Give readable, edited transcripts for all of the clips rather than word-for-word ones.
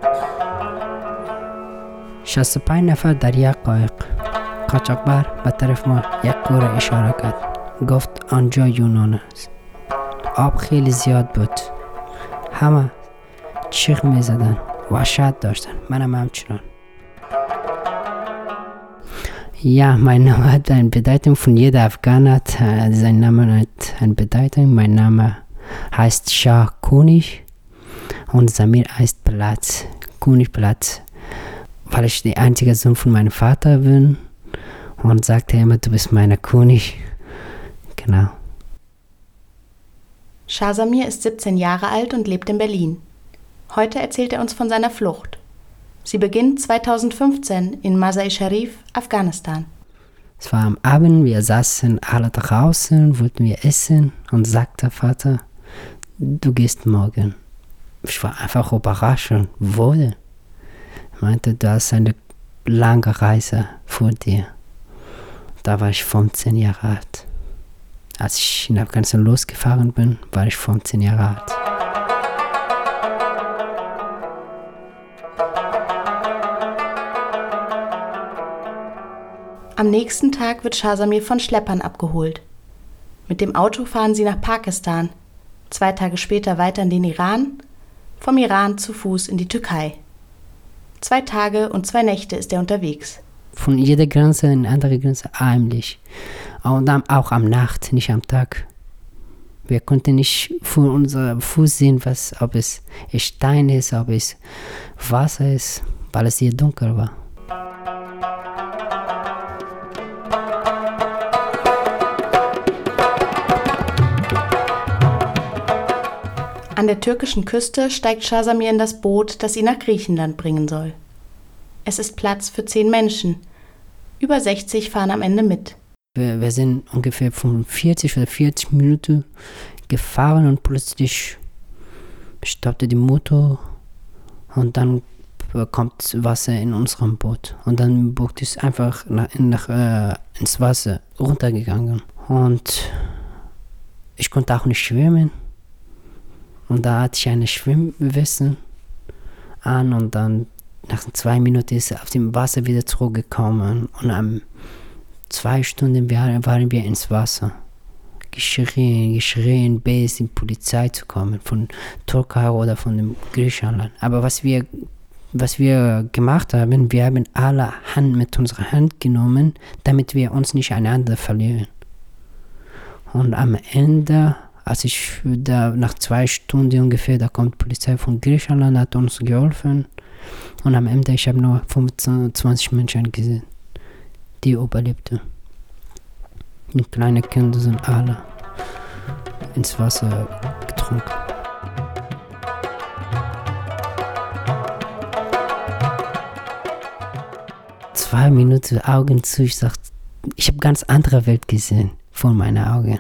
65 نفر در یک قایق. قاچاقبر به طرف ما یک کوره اشاره کرد. گفت آنجا یونان است. آب خیلی زیاد بود. همه چیخ می زدن. وحشت داشتن. منم همچنان. Ja, mein Name hat eine Bedeutung von jeder Afghaner. Sein Name hat eine Bedeutung. Mein Name heißt Shah König und Samir heißt Platz. König Platz. Weil ich der einzige Sohn von meinem Vater bin und sagte immer, du bist mein König. Genau. Shah Samir ist 17 Jahre alt und lebt in Berlin. Heute erzählt er uns von seiner Flucht. Sie beginnt 2015 in Mazar-i-Sharif, Afghanistan. Es war am Abend, wir saßen alle draußen, wollten wir essen und sagte Vater, du gehst morgen. Ich war einfach überrascht und wurde. Er meinte, du hast eine lange Reise vor dir. Da war ich 15 Jahre alt. Als ich in Afghanistan losgefahren bin, war ich 15 Jahre alt. Am nächsten Tag wird Shah Samir von Schleppern abgeholt. Mit dem Auto fahren sie nach Pakistan, 2 Tage später weiter in den Iran, vom Iran zu Fuß in die Türkei. 2 Tage und 2 Nächte ist er unterwegs. Von jeder Grenze in eine andere Grenze heimlich. Und dann auch am Nacht, nicht am Tag. Wir konnten nicht vor unserem Fuß sehen, ob es Stein ist, ob es Wasser ist, weil es hier dunkel war. An der türkischen Küste steigt Shah Samir in das Boot, das ihn nach Griechenland bringen soll. Es ist Platz für 10 Menschen. Über 60 fahren am Ende mit. Wir sind ungefähr 45 oder 40 Minuten gefahren und plötzlich stoppte der Motor und dann kommt Wasser in unserem Boot. Und dann Boot ist einfach ins Wasser runtergegangen. Und ich konnte auch nicht schwimmen. Und da hatte ich eine Schwimmweste an und dann nach 2 Minuten ist er auf dem Wasser wieder zurückgekommen. Und am 2 Stunden waren wir ins Wasser. Geschrien, bis die Polizei zu kommen, von Türkei oder von dem Griechenland. Aber was wir gemacht haben, wir haben alle Hand mit unserer Hand genommen, damit wir uns nicht einander verlieren. Und am Ende, als ich da nach 2 Stunden ungefähr, da kommt die Polizei von Griechenland, hat uns geholfen. Und am Ende, ich habe nur 25 Menschen gesehen, die überlebten. Die kleinen Kinder sind alle ins Wasser getrunken. Zwei Minuten Augen zu, ich habe ganz andere Welt gesehen vor meinen Augen.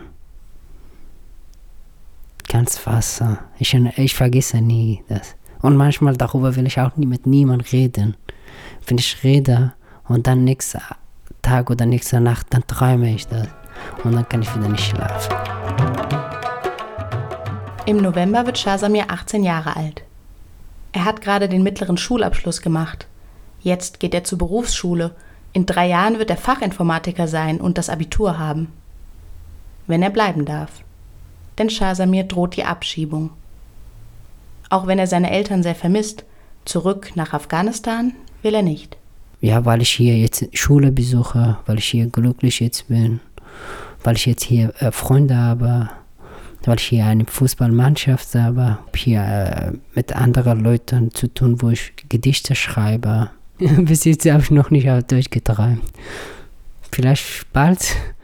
Ganz Wasser. Ich vergesse nie das. Und manchmal darüber will ich auch nie mit niemandem reden. Wenn ich rede und dann nächsten Tag oder nächste Nacht, dann träume ich das. Und dann kann ich wieder nicht schlafen. Im November wird Shah Samir 18 Jahre alt. Er hat gerade den mittleren Schulabschluss gemacht. Jetzt geht er zur Berufsschule. In 3 Jahren wird er Fachinformatiker sein und das Abitur haben. Wenn er bleiben darf. Denn Shah Samir droht die Abschiebung. Auch wenn er seine Eltern sehr vermisst, zurück nach Afghanistan will er nicht. Ja, weil ich hier jetzt Schule besuche, weil ich hier glücklich jetzt bin, weil ich jetzt hier Freunde habe, weil ich hier eine Fußballmannschaft habe, hier mit anderen Leuten zu tun, wo ich Gedichte schreibe. Bis jetzt habe ich noch nicht auf Deutsch geträumt. Vielleicht bald.